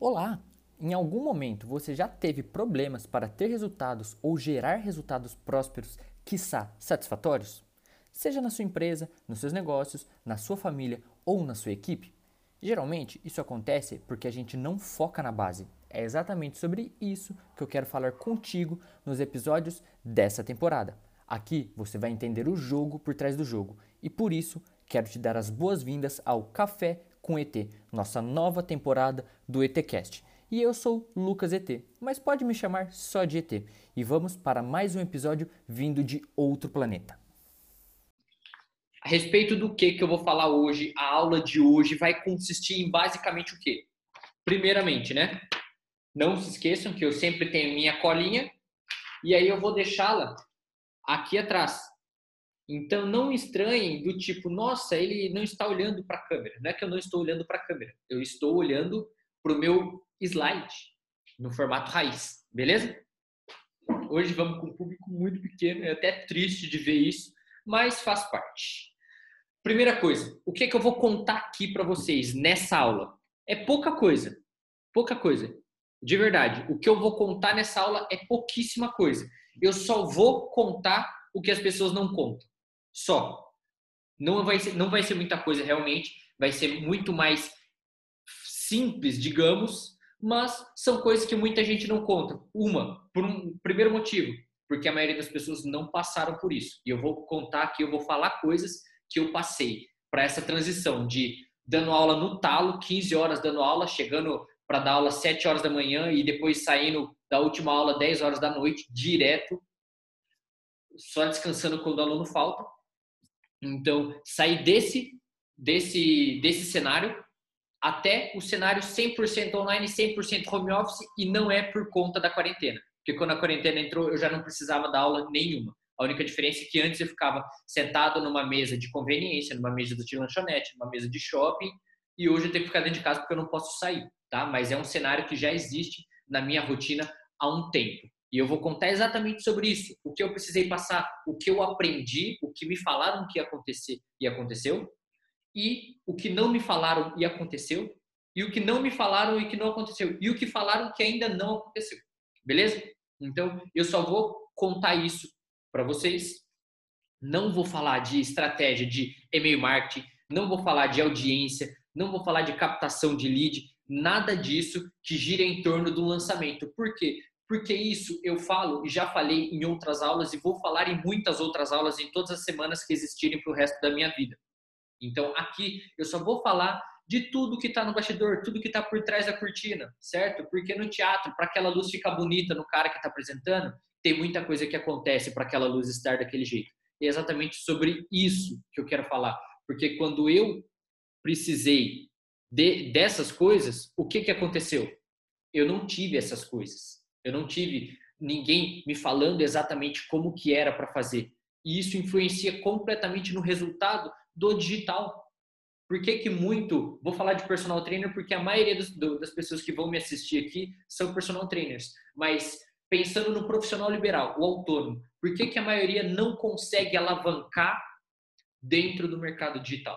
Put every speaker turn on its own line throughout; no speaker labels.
Olá! Em algum momento você já teve problemas para ter resultados ou gerar resultados prósperos, quiçá satisfatórios? Seja na sua empresa, nos seus negócios, na sua família ou na sua equipe? Geralmente isso acontece porque a gente não foca na base. É exatamente sobre isso que eu quero falar contigo nos episódios dessa temporada. Aqui você vai entender o jogo por trás do jogo e por isso quero te dar as boas-vindas ao Café com ET, nossa nova temporada do ETcast. E eu sou Lucas ET, mas pode me chamar só de ET. E vamos para mais um episódio vindo de outro planeta.
A respeito do que eu vou falar hoje, a aula de hoje vai consistir em basicamente o quê? Primeiramente, né? Não se esqueçam que eu sempre tenho minha colinha e aí eu vou deixá-la aqui atrás. Então não estranhem do tipo, nossa, ele não está olhando para a câmera. Não é que eu não estou olhando para a câmera, eu estou olhando para o meu slide no formato raiz, beleza? Hoje vamos com um público muito pequeno, é até triste de ver isso, mas faz parte. Primeira coisa, o que eu vou contar aqui para vocês nessa aula? É pouca coisa, de verdade. O que eu vou contar nessa aula é pouquíssima coisa. Eu só vou contar o que as pessoas não contam. Só. Não vai ser muita coisa realmente, vai ser muito mais simples, digamos, mas são coisas que muita gente não conta. Por um primeiro motivo, porque a maioria das pessoas não passaram por isso. E eu vou contar aqui, eu vou falar coisas que eu passei para essa transição de dando aula no talo, 15 horas dando aula, chegando para dar aula 7 horas da manhã e depois saindo da última aula 10 horas da noite, direto, só descansando quando o aluno falta. Então, sair desse cenário até o cenário 100% online, 100% home office, e não é por conta da quarentena. Porque quando a quarentena entrou, eu já não precisava dar aula nenhuma. A única diferença é que antes eu ficava sentado numa mesa de conveniência, numa mesa de lanchonete, numa mesa de shopping, e hoje eu tenho que ficar dentro de casa porque eu não posso sair, tá? Mas é um cenário que já existe na minha rotina há um tempo. E eu vou contar exatamente sobre isso, o que eu precisei passar, o que eu aprendi, o que me falaram que ia acontecer e aconteceu, e o que não me falaram e aconteceu, e o que não me falaram e que não aconteceu, e o que falaram que ainda não aconteceu. Beleza? Então, eu só vou contar isso para vocês. Não vou falar de estratégia de e-mail marketing, não vou falar de audiência, não vou falar de captação de lead, nada disso que gira em torno do lançamento. Por quê? Porque isso eu falo e já falei em outras aulas e vou falar em muitas outras aulas em todas as semanas que existirem para o resto da minha vida. Então, aqui eu só vou falar de tudo que está no bastidor, tudo que está por trás da cortina, certo? Porque no teatro, para aquela luz ficar bonita no cara que está apresentando, tem muita coisa que acontece para aquela luz estar daquele jeito. E é exatamente sobre isso que eu quero falar. Porque quando eu precisei dessas coisas, o que aconteceu? Eu não tive essas coisas. Eu não tive ninguém me falando exatamente como que era para fazer. E isso influencia completamente no resultado do digital. Por que que muito... Vou falar de personal trainer porque a maioria das pessoas que vão me assistir aqui são personal trainers. Mas pensando no profissional liberal, o autônomo, por que que a maioria não consegue alavancar dentro do mercado digital?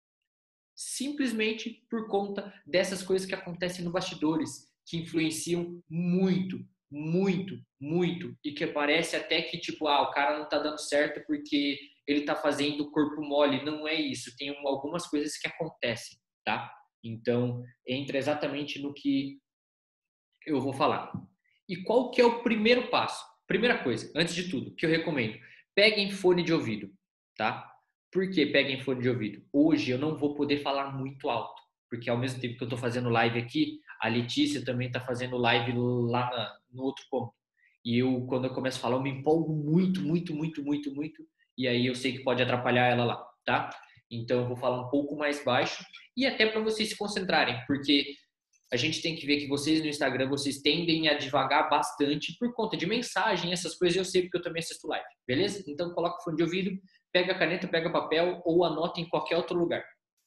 Simplesmente por conta dessas coisas que acontecem no bastidores, que influenciam muito, muito, muito, e que parece até que, tipo, o cara não tá dando certo porque ele tá fazendo corpo mole. Não é isso, tem algumas coisas que acontecem, tá? Então, entra exatamente no que eu vou falar. E qual que é o primeiro passo? Primeira coisa, antes de tudo, que eu recomendo, peguem fone de ouvido, tá? Por que peguem fone de ouvido? Hoje eu não vou poder falar muito alto, porque ao mesmo tempo que eu estou fazendo live aqui, a Letícia também está fazendo live lá no outro ponto. E eu, quando eu começo a falar, eu me empolgo muito, muito, muito, muito, muito, e aí eu sei que pode atrapalhar ela lá, tá? Então eu vou falar um pouco mais baixo, e até para vocês se concentrarem, porque a gente tem que ver que vocês no Instagram, vocês tendem a devagar bastante por conta de mensagem, essas coisas eu sei porque eu também assisto live, beleza? Então coloca o fone de ouvido, pega a caneta, pega papel ou anota em qualquer outro lugar.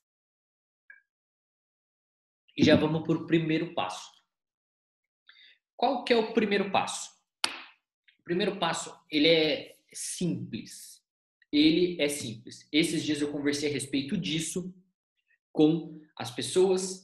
E já vamos para o primeiro passo. Qual que é o primeiro passo? O primeiro passo, ele é simples. Ele é simples. Esses dias eu conversei a respeito disso com as pessoas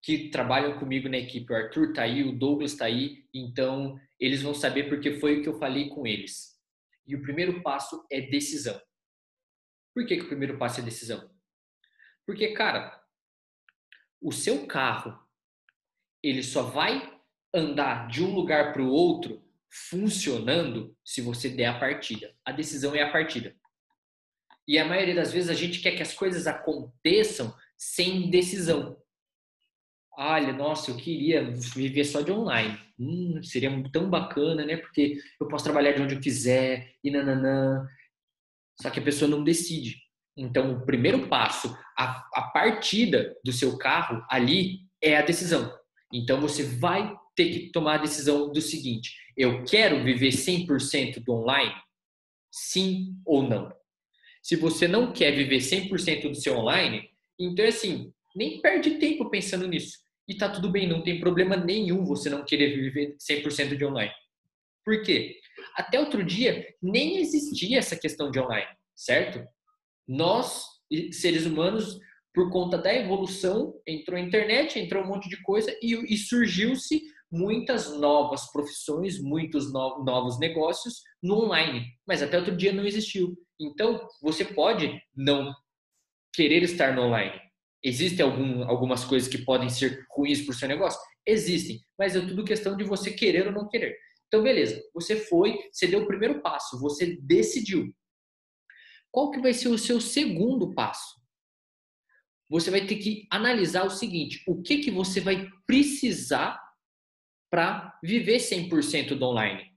que trabalham comigo na equipe. O Arthur tá aí, o Douglas tá aí, então eles vão saber porque foi o que eu falei com eles. E o primeiro passo é decisão. Por que o primeiro passo é decisão? Porque, cara, o seu carro, ele só vai andar de um lugar para o outro funcionando se você der a partida. A decisão é a partida. E a maioria das vezes a gente quer que as coisas aconteçam sem decisão. Olha, nossa, eu queria viver só de online. Seria tão bacana, né? Porque eu posso trabalhar de onde eu quiser e nananã. Só que a pessoa não decide. Então, o primeiro passo, a partida do seu carro ali é a decisão. Então, você vai ter que tomar a decisão do seguinte: eu quero viver 100% do online? Sim ou não? Se você não quer viver 100% do seu online, então, assim, nem perde tempo pensando nisso. E tá tudo bem, não tem problema nenhum você não querer viver 100% de online. Por quê? Até outro dia, nem existia essa questão de online, certo? Nós, seres humanos, por conta da evolução, entrou a internet, entrou um monte de coisa e surgiu-se muitas novas profissões, muitos novos negócios no online. Mas até outro dia não existiu. Então, você pode não querer estar no online. Existem algumas coisas que podem ser ruins para o seu negócio? Existem, mas é tudo questão de você querer ou não querer. Então, beleza, você foi, você deu o primeiro passo, você decidiu. Qual que vai ser o seu segundo passo? Você vai ter que analisar o seguinte: o que você vai precisar para viver 100% do online?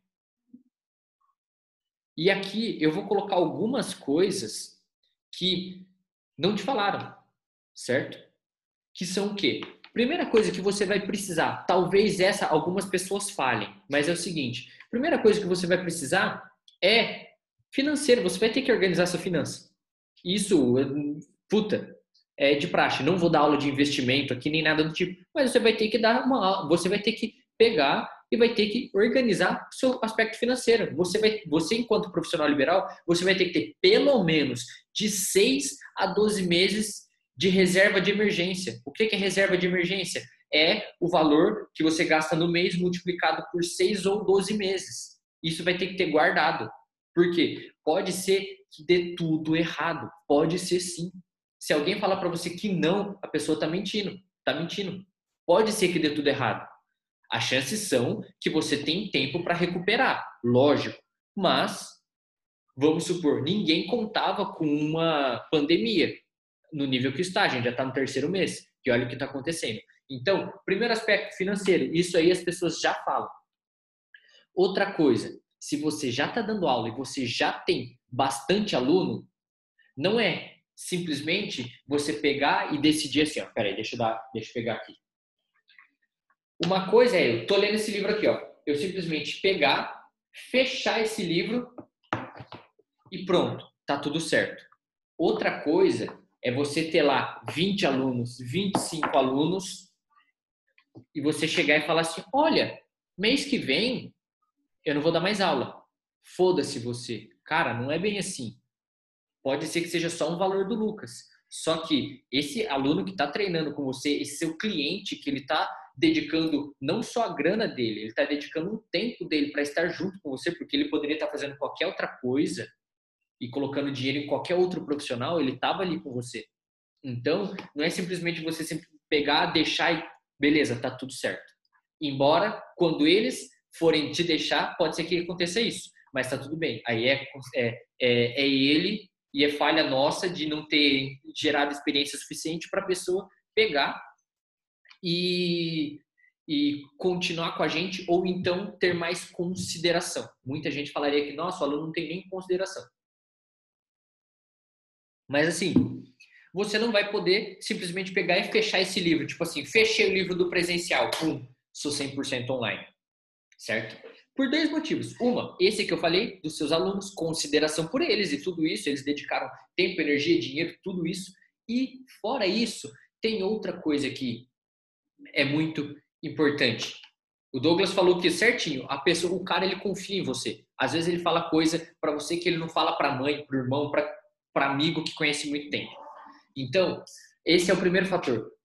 E aqui eu vou colocar algumas coisas que não te falaram, certo? Que são o quê? Primeira coisa que você vai precisar, talvez essa algumas pessoas falem, mas é o seguinte: primeira coisa que você vai precisar é financeiro, você vai ter que organizar sua finança. Isso, puta, é de praxe. Não vou dar aula de investimento aqui nem nada do tipo, mas você vai ter que dar você vai ter que pegar e vai ter que organizar o seu aspecto financeiro. Você enquanto profissional liberal, você vai ter que ter pelo menos de 6 a 12 meses de reserva de emergência. O que é reserva de emergência? É o valor que você gasta no mês multiplicado por 6 ou 12 meses. Isso vai ter que ter guardado. Por quê? Pode ser que dê tudo errado. Pode ser sim. Se alguém falar para você que não, a pessoa está mentindo. Está mentindo. Pode ser que dê tudo errado. As chances são que você tem tempo para recuperar, lógico. Mas, vamos supor, ninguém contava com uma pandemia no nível que está. A gente já está no terceiro mês. E olha o que está acontecendo. Então, primeiro aspecto financeiro. Isso aí as pessoas já falam. Outra coisa, se você já está dando aula e você já tem bastante aluno, não é simplesmente você pegar e decidir assim, ó, peraí, deixa eu pegar aqui. Uma coisa é, eu tô lendo esse livro aqui, ó, eu simplesmente pegar, fechar esse livro e pronto, tá tudo certo. Outra coisa é você ter lá 20 alunos, 25 alunos e você chegar e falar assim, olha, mês que vem eu não vou dar mais aula. Foda-se você. Cara, não é bem assim. Pode ser que seja só um valor do Lucas. Só que esse aluno que está treinando com você, esse seu cliente que ele está dedicando não só a grana dele, ele está dedicando um tempo dele para estar junto com você, porque ele poderia estar fazendo qualquer outra coisa e colocando dinheiro em qualquer outro profissional, ele estava ali com você. Então, não é simplesmente você sempre pegar, deixar e beleza, tá tudo certo. Embora, quando eles forem te deixar, pode ser que aconteça isso, mas tá tudo bem. Aí é ele e é falha nossa de não ter gerado experiência suficiente para a pessoa pegar e continuar com a gente ou então ter mais consideração. Muita gente falaria que, nossa, o aluno não tem nem consideração. Mas assim, você não vai poder simplesmente pegar e fechar esse livro. Tipo assim, fechei o livro do presencial, sou 100% online. Certo? Por dois motivos. Uma, esse que eu falei, dos seus alunos, consideração por eles e tudo isso, eles dedicaram tempo, energia, dinheiro, tudo isso. E fora isso, tem outra coisa que é muito importante. O Douglas falou que certinho, o cara ele confia em você. Às vezes ele fala coisa para você que ele não fala para mãe, para irmão, para amigo que conhece muito tempo. Então, esse é o primeiro fator.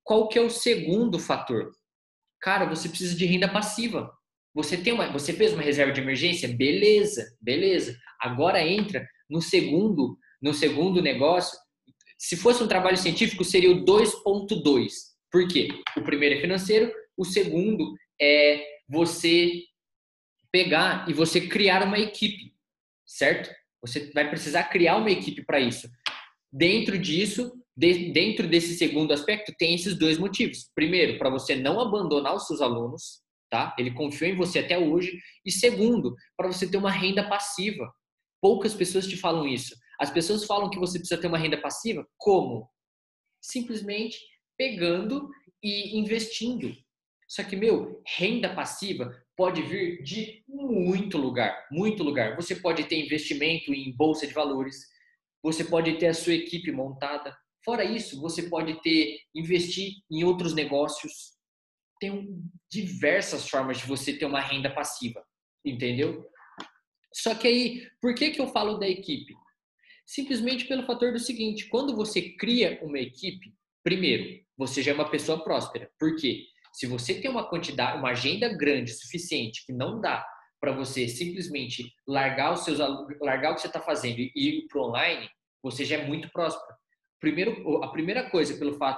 Qual que é o segundo fator? Cara, você precisa de renda passiva. Você fez uma reserva de emergência? Beleza, beleza. Agora entra no segundo negócio. Se fosse um trabalho científico, seria o 2.2. Por quê? O primeiro é financeiro, o segundo é você pegar e você criar uma equipe, certo? Você vai precisar criar uma equipe para isso. Dentro disso, dentro desse segundo aspecto, tem esses dois motivos. Primeiro, para você não abandonar os seus alunos, tá? Ele confiou em você até hoje. E segundo, para você ter uma renda passiva. Poucas pessoas te falam isso. As pessoas falam que você precisa ter uma renda passiva. Como? Simplesmente pegando e investindo. Só que, renda passiva pode vir de muito lugar, muito lugar. Você pode ter investimento em bolsa de valores, você pode ter a sua equipe montada. Fora isso, você pode investir em outros negócios. Tem diversas formas de você ter uma renda passiva, entendeu? Só que aí, por que eu falo da equipe? Simplesmente pelo fator do seguinte, quando você cria uma equipe, primeiro, você já é uma pessoa próspera. Por quê? Se você tem uma agenda grande o suficiente que não dá para você simplesmente largar o que você está fazendo e ir para o online, você já é muito próspero. A primeira coisa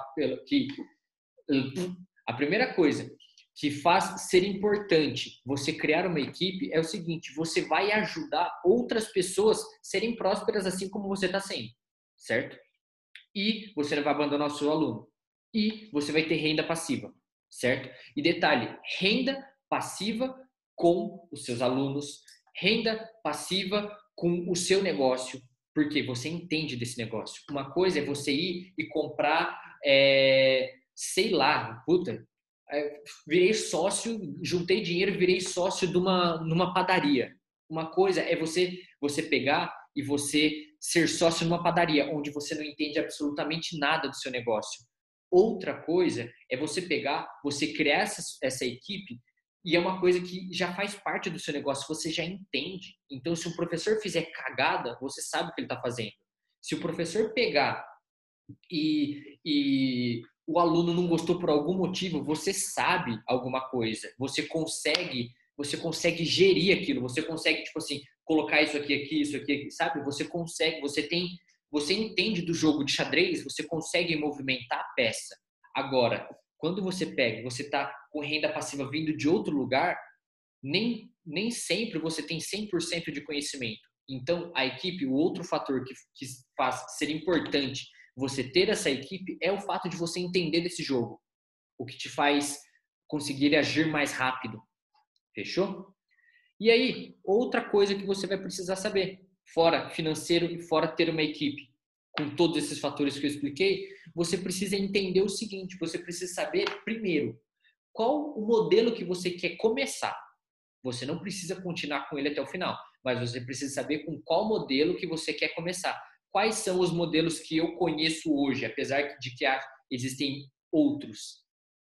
a primeira coisa que faz ser importante você criar uma equipe é o seguinte: você vai ajudar outras pessoas a serem prósperas assim como você está sendo, certo? E você não vai abandonar o seu aluno. E você vai ter renda passiva, certo? E detalhe, renda passiva com os seus alunos, renda passiva com o seu negócio, porque você entende desse negócio. Uma coisa é você ir e comprar, sei lá, virei sócio, juntei dinheiro e virei sócio numa padaria. Uma coisa é você pegar e você ser sócio numa padaria, onde você não entende absolutamente nada do seu negócio. Outra coisa é você pegar, você criar essa equipe e é uma coisa que já faz parte do seu negócio, você já entende. Então, se o professor fizer cagada, você sabe o que ele está fazendo. Se o professor pegar e o aluno não gostou por algum motivo, você sabe alguma coisa, você consegue gerir aquilo, você consegue, tipo assim, colocar isso aqui, sabe? Você consegue, você entende do jogo de xadrez, você consegue movimentar a peça. Agora, quando você está com renda passiva vindo de outro lugar, nem sempre você tem 100% de conhecimento. Então, a equipe, o outro fator que faz ser importante você ter essa equipe é o fato de você entender desse jogo, o que te faz conseguir agir mais rápido. Fechou? E aí, outra coisa que você vai precisar saber, fora financeiro e fora ter uma equipe, com todos esses fatores que eu expliquei, você precisa entender o seguinte, você precisa saber, primeiro, qual o modelo que você quer começar. Você não precisa continuar com ele até o final, mas você precisa saber com qual modelo que você quer começar. Quais são os modelos que eu conheço hoje, apesar de que existem outros?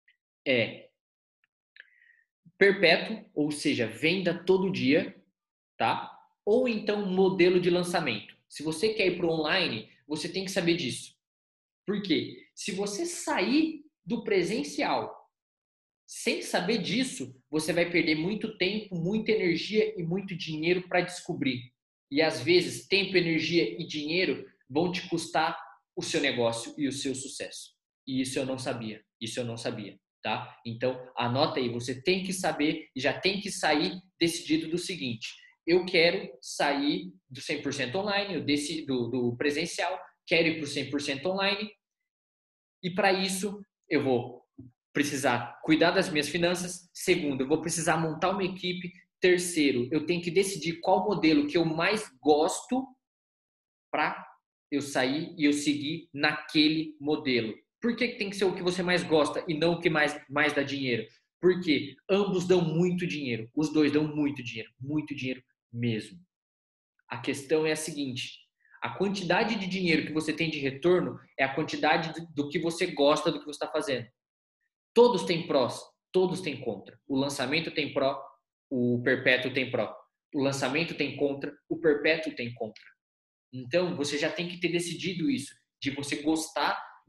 Perpétuo, ou seja, venda todo dia, tá? Ou então modelo de lançamento. Se você quer ir para o online, você tem que saber disso. Por quê? Se você sair do presencial sem saber disso, você vai perder muito tempo, muita energia e muito dinheiro para descobrir. E às vezes, tempo, energia e dinheiro vão te custar o seu negócio e o seu sucesso. E isso eu não sabia. Tá? Então, anota aí, você tem que saber e já tem que sair decidido do seguinte: eu quero sair do 100% online, do presencial, quero ir para o 100% online e para isso eu vou precisar cuidar das minhas finanças. Segundo, eu vou precisar montar uma equipe. Terceiro, eu tenho que decidir qual modelo que eu mais gosto para eu sair e eu seguir naquele modelo. Por que tem que ser o que você mais gosta e não o que mais dá dinheiro? Porque ambos dão muito dinheiro. Os dois dão muito dinheiro mesmo. A questão é a seguinte: a quantidade de dinheiro que você tem de retorno é a quantidade do que você gosta do que você está fazendo. Todos têm prós, todos têm contra. O lançamento tem pró, o perpétuo tem pró. O lançamento tem contra, o perpétuo tem contra. Então, você já tem que ter decidido isso, de você gostar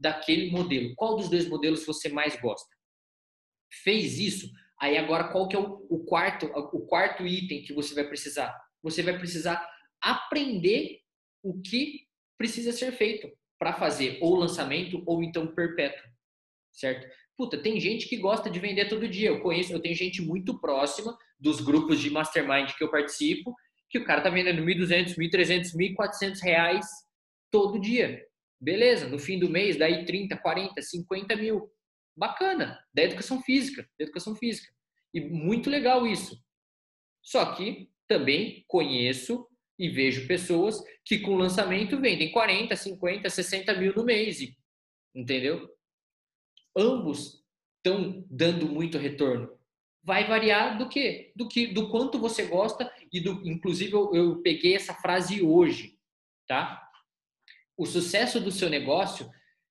daquele modelo. Qual dos dois modelos você mais gosta? Fez isso? Aí agora qual que é o quarto item que você vai precisar? Você vai precisar aprender o que precisa ser feito para fazer ou lançamento ou então perpétuo, certo? Puta, tem gente que gosta de vender todo dia. Eu tenho gente muito próxima dos grupos de mastermind que eu participo, que o cara tá vendendo 1.200, 1.300, 1.400 reais todo dia. Beleza, no fim do mês, daí 30, 40, 50 mil. Bacana, da educação física, E muito legal isso. Só que também conheço e vejo pessoas que com lançamento vendem 40, 50, 60 mil no mês. Entendeu? Ambos estão dando muito retorno. Vai variar do quê? Do quanto você gosta inclusive eu peguei essa frase hoje, tá? O sucesso do seu negócio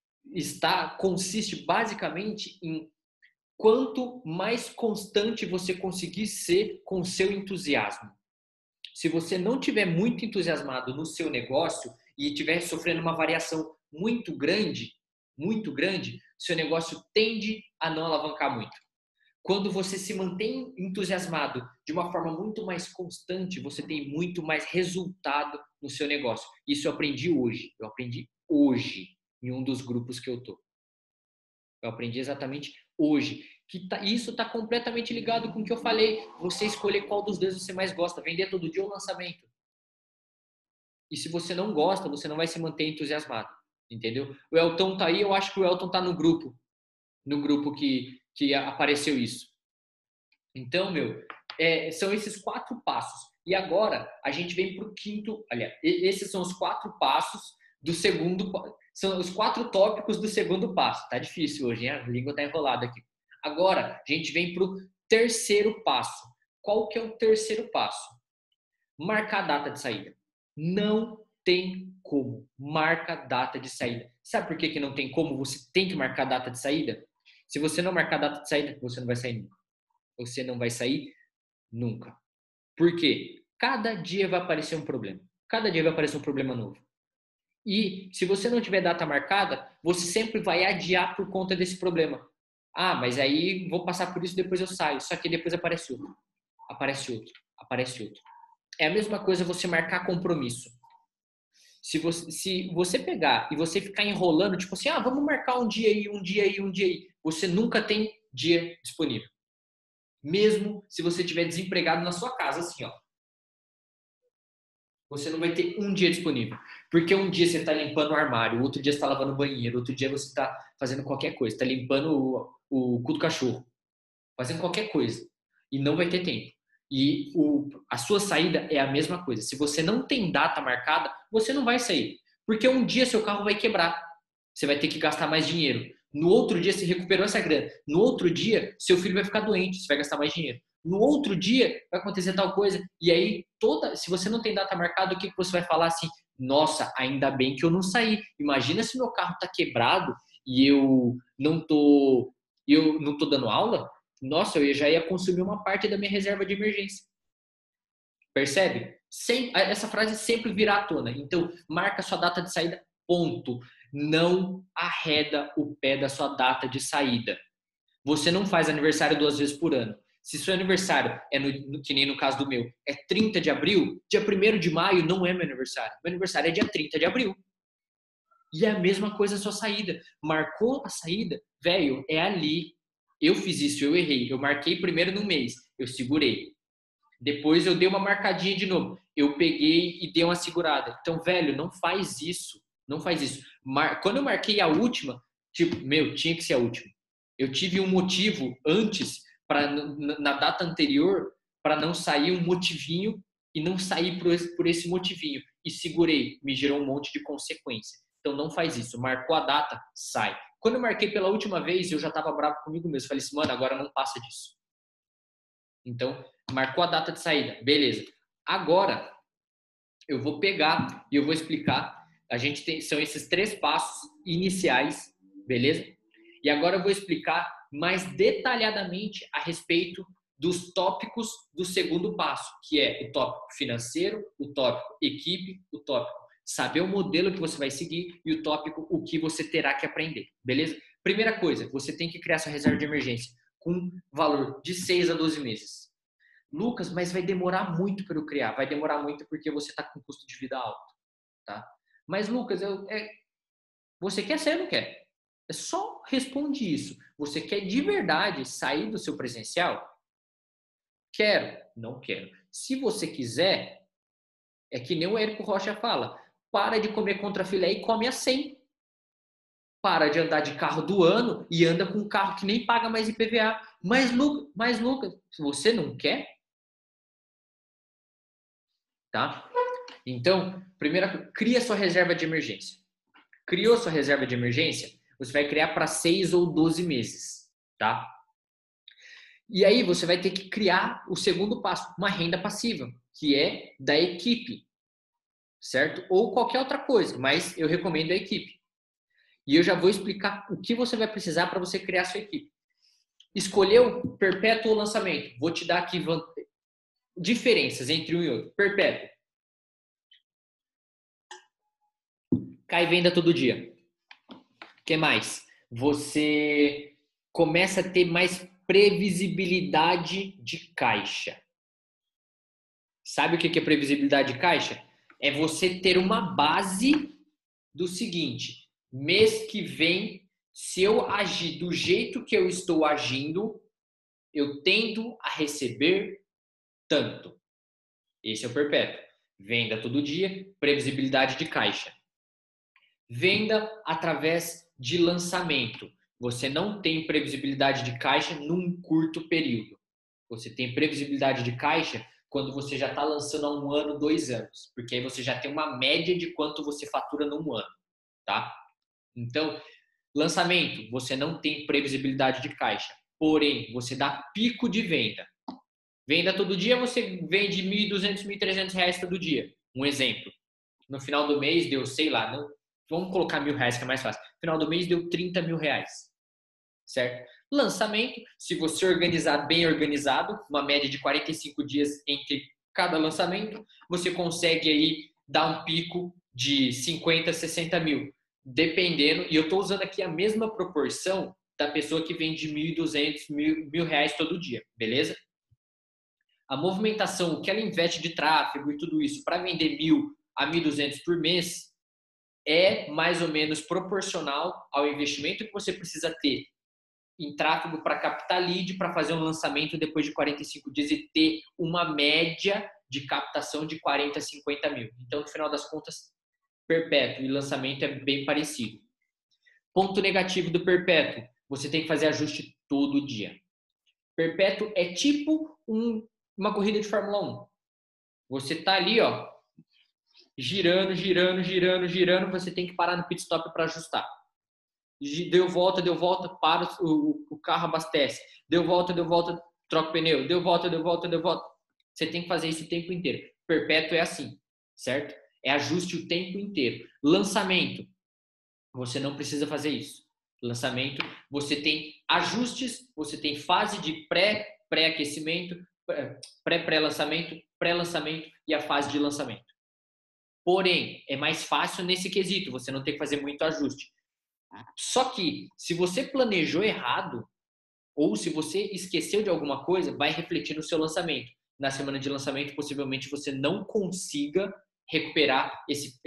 consiste basicamente em quanto mais constante você conseguir ser com o seu entusiasmo. Se você não tiver muito entusiasmado no seu negócio e estiver sofrendo uma variação muito grande, seu negócio tende a não alavancar muito. Quando você se mantém entusiasmado de uma forma muito mais constante, você tem muito mais resultado no seu negócio. Isso eu aprendi hoje. Em um dos grupos que eu tô. Eu aprendi exatamente hoje. Isso está completamente ligado com o que eu falei. Você escolher qual dos dois você mais gosta. Vender todo dia ou lançamento. E se você não gosta, você não vai se manter entusiasmado. Entendeu? O Elton tá aí, eu acho que o Elton tá no grupo. No grupo que apareceu isso. Então, são esses 4 passos. E agora, a gente vem para o quinto... Aliás, esses são os 4 passos do segundo... São os 4 tópicos do segundo passo. Tá difícil hoje, hein? A língua tá enrolada aqui. Agora, a gente vem para o terceiro passo. Qual que é o terceiro passo? Marcar a data de saída. Não tem como. Marca a data de saída. Sabe por que não tem como? Você tem que marcar a data de saída? Se você não marcar a data de saída, você não vai sair nunca. Você não vai sair nunca. Por quê? Cada dia vai aparecer um problema. Cada dia vai aparecer um problema novo. E se você não tiver data marcada, você sempre vai adiar por conta desse problema. Ah, mas aí vou passar por isso, depois eu saio. Só que depois aparece outro. Aparece outro. É a mesma coisa você marcar compromisso. Se você pegar e você ficar enrolando, tipo assim, vamos marcar um dia aí, você nunca tem dia disponível. Mesmo se você estiver desempregado na sua casa, assim, ó. Você não vai ter um dia disponível. Porque um dia você está limpando o armário, outro dia você está lavando o banheiro, outro dia você está fazendo qualquer coisa, está limpando o cu do cachorro, fazendo qualquer coisa. E não vai ter tempo. E a sua saída é a mesma coisa. Se você não tem data marcada, você não vai sair. Porque um dia seu carro vai quebrar. Você vai ter que gastar mais dinheiro. No outro dia, você recuperou essa grana. No outro dia, seu filho vai ficar doente, você vai gastar mais dinheiro. No outro dia, vai acontecer tal coisa. E aí, se você não tem data marcada, o que você vai falar assim? Nossa, ainda bem que eu não saí. Imagina se meu carro está quebrado e eu não tô dando aula. Nossa, eu já ia consumir uma parte da minha reserva de emergência. Percebe? Essa frase sempre virá à tona. Então, marca sua data de saída, ponto. Não arreda o pé da sua data de saída. Você não faz aniversário 2 vezes por ano. Se seu aniversário que nem no caso do meu, é 30 de abril, dia 1º de maio não é meu aniversário. Meu aniversário é dia 30 de abril. E é a mesma coisa a sua saída. Marcou a saída, velho, é ali. Eu fiz isso, eu errei. Eu marquei primeiro no mês, eu segurei. Depois eu dei uma marcadinha de novo. Eu peguei e dei uma segurada. Então, velho, não faz isso. Não faz isso. Quando eu marquei a última, tinha que ser a última. Eu tive um motivo antes, na data anterior, para não sair um motivinho e não sair por esse motivinho. E segurei. Me gerou um monte de consequência. Então, não faz isso. Marcou a data, sai. Quando eu marquei pela última vez, eu já estava bravo comigo mesmo. Falei assim, mano, agora não passa disso. Então, marcou a data de saída. Beleza. Agora, eu vou pegar e eu vou explicar. São esses 3 passos iniciais, beleza? E agora eu vou explicar mais detalhadamente a respeito dos tópicos do segundo passo, que é o tópico financeiro, o tópico equipe, o tópico saber o modelo que você vai seguir e o tópico, o que você terá que aprender, beleza? Primeira coisa, você tem que criar sua reserva de emergência com valor de 6 a 12 meses. Lucas, mas vai demorar muito para eu criar. Vai demorar muito porque você está com custo de vida alto, tá? Mas, Lucas, você quer sair ou não quer? É só responde isso. Você quer de verdade sair do seu presencial? Quero. Não quero. Se você quiser, é que nem o Érico Rocha fala, para de comer contra filé e come a 100. Para de andar de carro do ano e anda com um carro que nem paga mais IPVA. Mas Lucas, se você não quer, tá? Então, primeira, cria sua reserva de emergência. Criou sua reserva de emergência? Você vai criar para 6 ou 12 meses, tá? E aí você vai ter que criar o segundo passo, uma renda passiva, que é da equipe, certo? Ou qualquer outra coisa, mas eu recomendo a equipe. E eu já vou explicar o que você vai precisar para você criar sua equipe. Escolheu perpétuo ou lançamento? Vou te dar aqui diferenças entre um e outro. Perpétuo. Cai venda todo dia. O que mais? Você começa a ter mais previsibilidade de caixa. Sabe o que é previsibilidade de caixa? É você ter uma base do seguinte: mês que vem, se eu agir do jeito que eu estou agindo, eu tendo a receber tanto. Esse é o perpétuo. Venda todo dia, previsibilidade de caixa. Venda através de lançamento. Você não tem previsibilidade de caixa num curto período. Você tem previsibilidade de caixa quando você já está lançando há 1 ano, 2 anos. Porque aí você já tem uma média de quanto você fatura num ano, tá? Então, lançamento, você não tem previsibilidade de caixa. Porém, você dá pico de venda. Venda todo dia, você vende R$1.200, R$1.300 todo dia. Um exemplo. No final do mês deu, sei lá, não, vamos colocar R$1.000 que é mais fácil. No final do mês deu R$30 mil. Certo? Lançamento, se você organizar bem organizado, uma média de 45 dias entre cada lançamento, você consegue aí dar um pico de 50, 60 mil. Dependendo, e eu estou usando aqui a mesma proporção da pessoa que vende R$1.200, R$1.000 todo dia, beleza? A movimentação, o que ela investe de tráfego e tudo isso para vender 1.000 a 1.200 por mês é mais ou menos proporcional ao investimento que você precisa ter em tráfego para captar lead, para fazer um lançamento depois de 45 dias e ter uma média de captação de 40 a 50 mil. Então, no final das contas, perpétuo e lançamento é bem parecido. Ponto negativo do perpétuo, você tem que fazer ajuste todo dia. Perpétuo é tipo uma corrida de Fórmula 1. Você tá ali, ó, girando, você tem que parar no pit stop para ajustar. Deu volta, para, o carro abastece. Deu volta, troca o pneu. Deu volta. Você tem que fazer isso o tempo inteiro. Perpétuo é assim, certo? É ajuste o tempo inteiro. Lançamento, você não precisa fazer isso. Lançamento, você tem ajustes, você tem fase de pré-aquecimento, pré-lançamento, pré-lançamento e a fase de lançamento. Porém, é mais fácil nesse quesito, você não tem que fazer muito ajuste. Só que, se você planejou errado, ou se você esqueceu de alguma coisa, vai refletir no seu lançamento. Na semana de lançamento, possivelmente você não consiga recuperar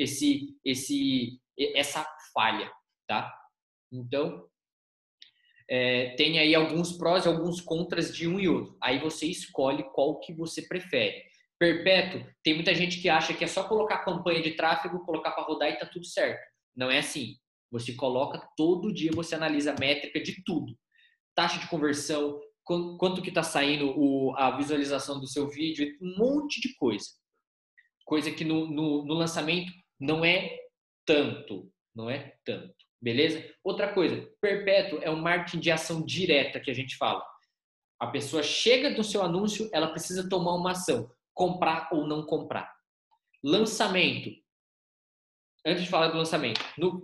essa falha, tá? Então, tem aí alguns prós e alguns contras de um e outro. Aí você escolhe qual que você prefere. Perpétuo, tem muita gente que acha que é só colocar campanha de tráfego, colocar para rodar e tá tudo certo. Não é assim. Você coloca todo dia, você analisa a métrica de tudo. Taxa de conversão, quanto que está saindo a visualização do seu vídeo, um monte de coisa. Coisa que no lançamento não é tanto. Beleza? Outra coisa, perpétuo é um marketing de ação direta que a gente fala. A pessoa chega do seu anúncio, ela precisa tomar uma ação. Comprar ou não comprar. Lançamento. Antes de falar do lançamento,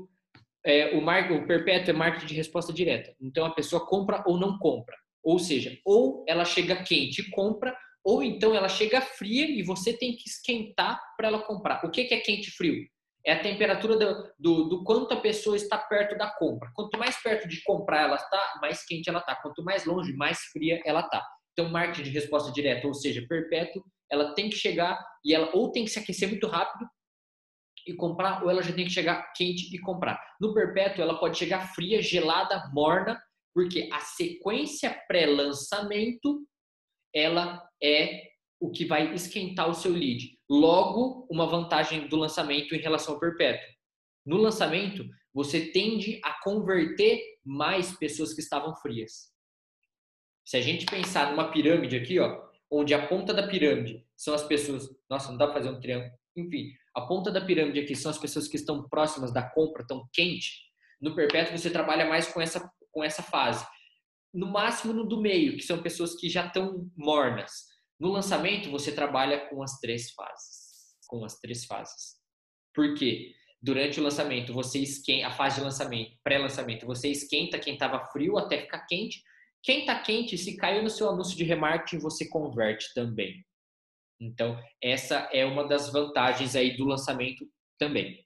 o perpétuo é marketing de resposta direta. Então, a pessoa compra ou não compra. Ou seja, ou ela chega quente e compra, ou então ela chega fria e você tem que esquentar para ela comprar. O que é quente e frio? É a temperatura do quanto a pessoa está perto da compra. Quanto mais perto de comprar ela está, mais quente ela está. Quanto mais longe, mais fria ela está. Então, marketing de resposta direta, ou seja, perpétuo, ela tem que chegar e ela ou tem que se aquecer muito rápido e comprar, ou ela já tem que chegar quente e comprar. No perpétuo, ela pode chegar fria, gelada, morna, porque a sequência pré-lançamento, ela é o que vai esquentar o seu lead. Logo, uma vantagem do lançamento em relação ao perpétuo. No lançamento, você tende a converter mais pessoas que estavam frias. Se a gente pensar numa pirâmide aqui, ó, onde a ponta da pirâmide são as pessoas... Nossa, não dá para fazer um triângulo. Enfim, a ponta da pirâmide aqui são as pessoas que estão próximas da compra, estão quente. No perpétuo, você trabalha mais com essa fase. No máximo no do meio, que são pessoas que já estão mornas. No lançamento, você trabalha com as 3 fases. Com as 3 fases. Por quê? Durante o lançamento, você esquenta, a fase de lançamento, pré-lançamento, você esquenta quem estava frio até ficar quente. Quem está quente, se caiu no seu anúncio de remarketing, você converte também. Então, essa é uma das vantagens aí do lançamento também.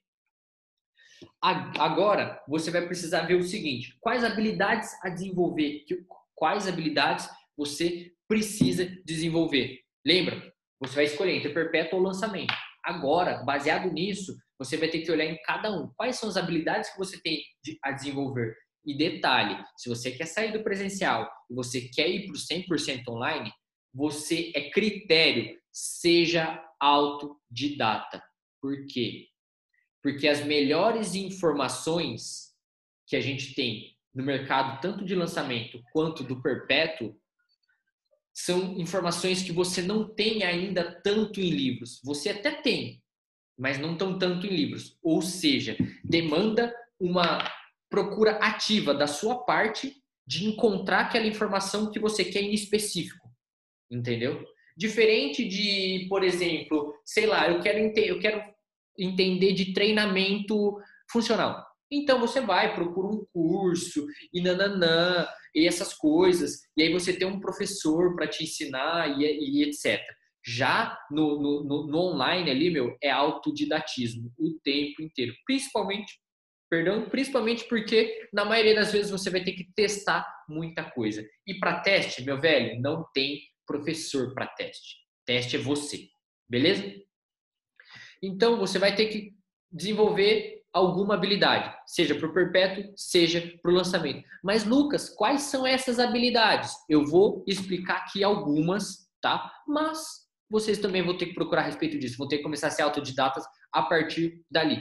Agora, você vai precisar ver o seguinte, quais habilidades a desenvolver, quais habilidades você precisa desenvolver. Lembra? Você vai escolher entre perpétuo ou lançamento. Agora, baseado nisso, você vai ter que olhar em cada um. Quais são as habilidades que você tem a desenvolver? E detalhe, se você quer sair do presencial e você quer ir para o 100% online, você é critério, seja autodidata. Por quê? Porque as melhores informações que a gente tem no mercado, tanto de lançamento quanto do perpétuo, são informações que você não tem ainda tanto em livros. Você até tem, mas não tão tanto em livros. Ou seja, demanda uma procura ativa da sua parte de encontrar aquela informação que você quer em específico. Entendeu? Diferente de, por exemplo, sei lá, eu quero entender de treinamento funcional. Então você vai, procura um curso e nananã, e essas coisas, e aí você tem um professor para te ensinar e etc. Já no online ali, meu, é autodidatismo o tempo inteiro. Principalmente porque na maioria das vezes você vai ter que testar muita coisa. E para teste, meu velho, não tem professor para teste. Teste é você. Beleza? Então, você vai ter que desenvolver alguma habilidade, seja para o perpétuo, seja para o lançamento. Mas, Lucas, quais são essas habilidades? Eu vou explicar aqui algumas, tá? Mas vocês também vão ter que procurar a respeito disso, vão ter que começar a ser autodidatas a partir dali.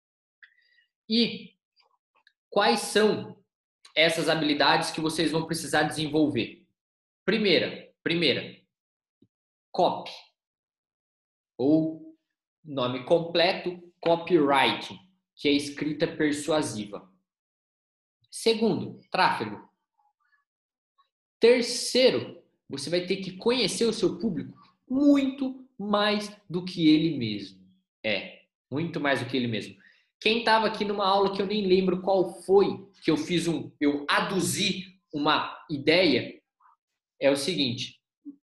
E quais são essas habilidades que vocês vão precisar desenvolver? Primeira, copy, ou nome completo, copywriting, que é escrita persuasiva. Segundo, tráfego. Terceiro, você vai ter que conhecer o seu público muito mais do que ele mesmo. Muito mais do que ele mesmo. Quem estava aqui numa aula que eu nem lembro qual foi, que eu aduzi uma ideia, é o seguinte.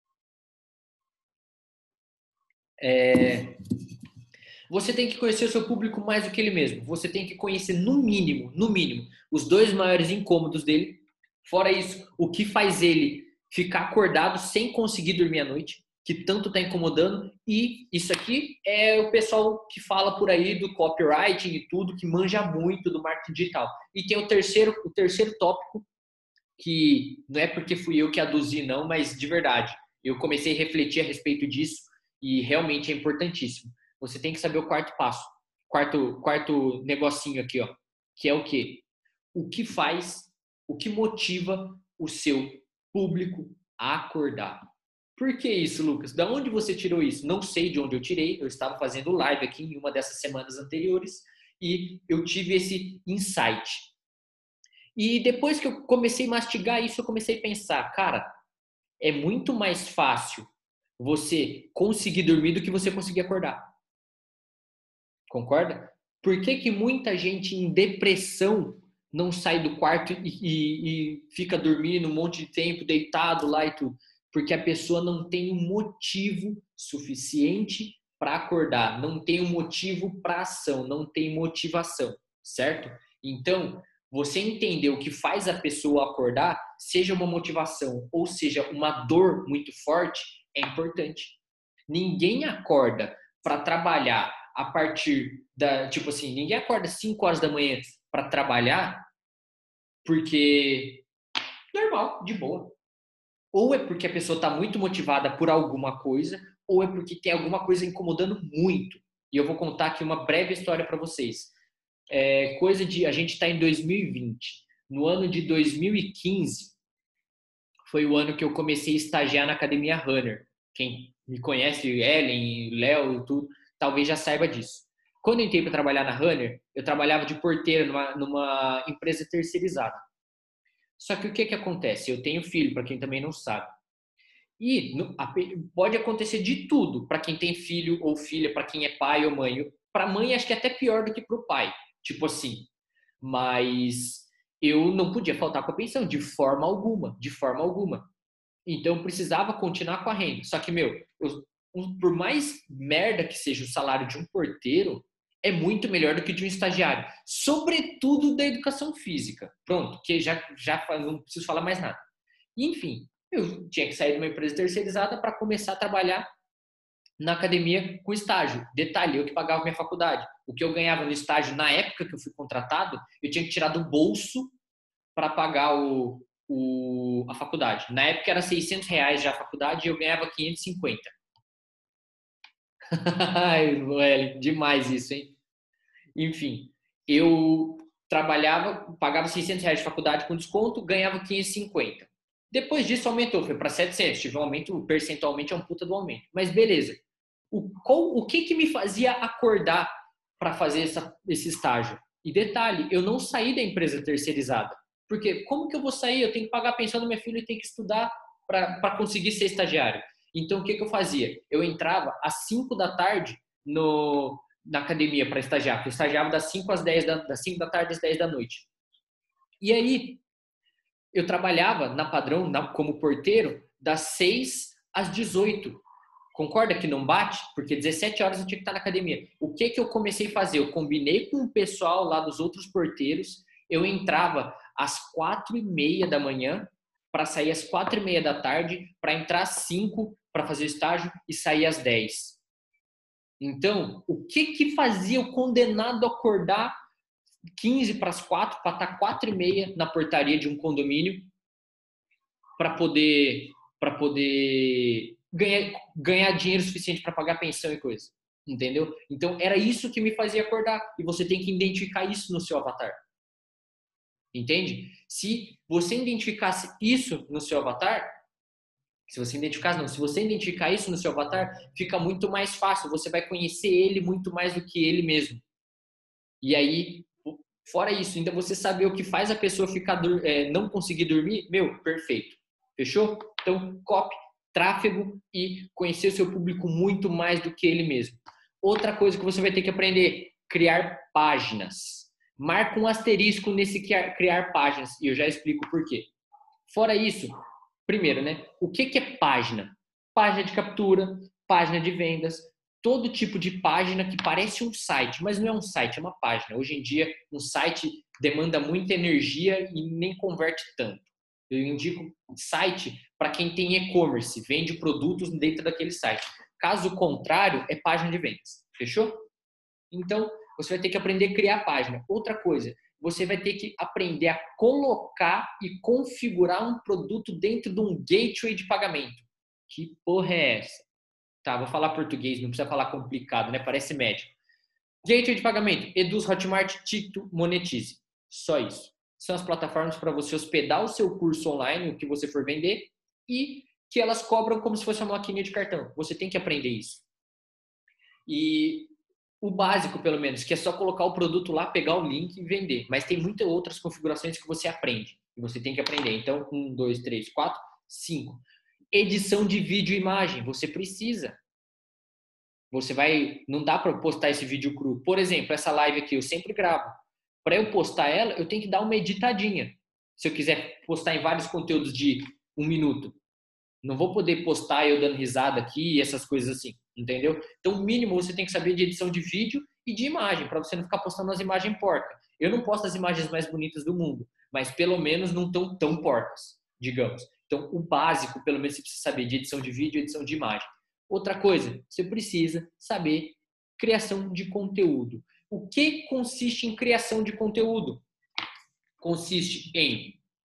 Você tem que conhecer o seu público mais do que ele mesmo. Você tem que conhecer no mínimo, os 2 maiores incômodos dele. Fora isso, o que faz ele ficar acordado sem conseguir dormir à noite, que tanto está incomodando. E isso aqui é o pessoal que fala por aí do copywriting e tudo, que manja muito do marketing digital. E tem o terceiro tópico, que não é porque fui eu que aduzi não, mas de verdade, eu comecei a refletir a respeito disso e realmente é importantíssimo. Você tem que saber o quarto passo, quarto negocinho aqui, ó, que é o quê? O que motiva o seu público a acordar. Por que isso, Lucas? Da onde você tirou isso? Não sei de onde eu tirei, eu estava fazendo live aqui em uma dessas semanas anteriores e eu tive esse insight. E depois que eu comecei a mastigar isso, eu comecei a pensar, cara, é muito mais fácil você conseguir dormir do que você conseguir acordar. Concorda? Por que muita gente em depressão não sai do quarto e fica dormindo um monte de tempo, deitado lá e tudo? Porque a pessoa não tem um motivo suficiente para acordar, não tem um motivo para ação, não tem motivação, certo? Então, você entender o que faz a pessoa acordar, seja uma motivação ou seja uma dor muito forte, é importante. Ninguém acorda para trabalhar a partir da, tipo assim, ninguém acorda 5 horas da manhã para trabalhar porque normal, de boa. Ou é porque a pessoa está muito motivada por alguma coisa, ou é porque tem alguma coisa incomodando muito. E eu vou contar aqui uma breve história para vocês. A gente está em 2020. No ano de 2015, foi o ano que eu comecei a estagiar na Academia Runner. Quem me conhece, Ellen, Léo, tudo, talvez já saiba disso. Quando eu entrei para trabalhar na Runner, eu trabalhava de porteira numa empresa terceirizada. Só que o que acontece? Eu tenho filho, para quem também não sabe. E pode acontecer de tudo para quem tem filho ou filha, para quem é pai ou mãe. Para mãe, acho que é até pior do que para o pai. Tipo assim. Mas eu não podia faltar com a pensão, de forma alguma. De forma alguma. Então, eu precisava continuar com a renda. Só que, por mais merda que seja o salário de um porteiro, é muito melhor do que de um estagiário. Sobretudo da educação física. Pronto, que já não preciso falar mais nada. Enfim, eu tinha que sair de uma empresa terceirizada para começar a trabalhar na academia com estágio. Detalhe, eu que pagava minha faculdade. O que eu ganhava no estágio na época que eu fui contratado, eu tinha que tirar do bolso para pagar a faculdade. Na época era R$ 600 já a faculdade e eu ganhava 550. Ai, Noel, demais isso, hein? Enfim, eu trabalhava, pagava R$ 600 de faculdade com desconto, ganhava 550. Depois disso aumentou, foi para 700, tive um aumento, percentualmente é um puta do aumento. Mas beleza. O que me fazia acordar para fazer esse estágio? E detalhe, eu não saí da empresa terceirizada. Porque como que eu vou sair? Eu tenho que pagar a pensão do meu filho e tenho que estudar para conseguir ser estagiário. Então, o que eu fazia? Eu entrava às 5 da tarde na academia para estagiar. Porque eu estagiava das 5 das 5 da tarde às 10 da noite. E aí, eu trabalhava na Padrão, como porteiro, das 6 às 18. Concorda que não bate? Porque 17 horas eu tinha que estar na academia. O que eu comecei a fazer? Eu combinei com o pessoal lá dos outros porteiros, eu entrava às 4:30 da manhã para sair às 4:30 da tarde, para entrar às 5 para fazer o estágio e sair às 10. Então, o que fazia o condenado acordar 15 para as 4 para estar 4:30 na portaria de um condomínio para poder ganhar dinheiro suficiente para pagar pensão e coisa, entendeu? Então era isso que me fazia acordar e você tem que identificar isso no seu avatar, entende? Se você identificasse isso no seu avatar, se você identificar isso no seu avatar, fica muito mais fácil, você vai conhecer ele muito mais do que ele mesmo. E aí, fora isso, ainda você saber o que faz a pessoa não conseguir dormir, perfeito. Fechou? Então, copy, tráfego e conhecer o seu público muito mais do que ele mesmo. Outra coisa que você vai ter que aprender, criar páginas. Marca um asterisco nesse criar páginas e eu já explico por quê. Fora isso, primeiro, né? O que é página? Página de captura, página de vendas, todo tipo de página que parece um site, mas não é um site, é uma página. Hoje em dia, um site demanda muita energia e nem converte tanto. Eu indico site para quem tem e-commerce, vende produtos dentro daquele site. Caso contrário, é página de vendas. Fechou? Então, você vai ter que aprender a criar página. Outra coisa, você vai ter que aprender a colocar e configurar um produto dentro de um gateway de pagamento. Que porra é essa? Tá, vou falar português, não precisa falar complicado, né? Parece médico. Gateway de pagamento, Eduz, Hotmart, Tito, Monetize. Só isso. São as plataformas para você hospedar o seu curso online, o que você for vender, e que elas cobram como se fosse uma maquininha de cartão. Você tem que aprender isso. E o básico, pelo menos, que é só colocar o produto lá, pegar o link e vender. Mas tem muitas outras configurações que você aprende. E você tem que aprender. Então, 1, 2, 3, 4, 5. Edição de vídeo e imagem. Você precisa. Não dá para postar esse vídeo cru. Por exemplo, essa live aqui eu sempre gravo. Para eu postar ela, eu tenho que dar uma editadinha. Se eu quiser postar em vários conteúdos de 1 minuto. Não vou poder postar eu dando risada aqui e essas coisas assim. entendeu? Então, o mínimo você tem que saber de edição de vídeo e de imagem, para você não ficar postando as imagens porcas. Eu não posto as imagens mais bonitas do mundo, mas pelo menos não estão tão porcas, digamos. Então, o básico, pelo menos você precisa saber de edição de vídeo e edição de imagem. Outra coisa, você precisa saber criação de conteúdo. O que consiste em criação de conteúdo? Consiste em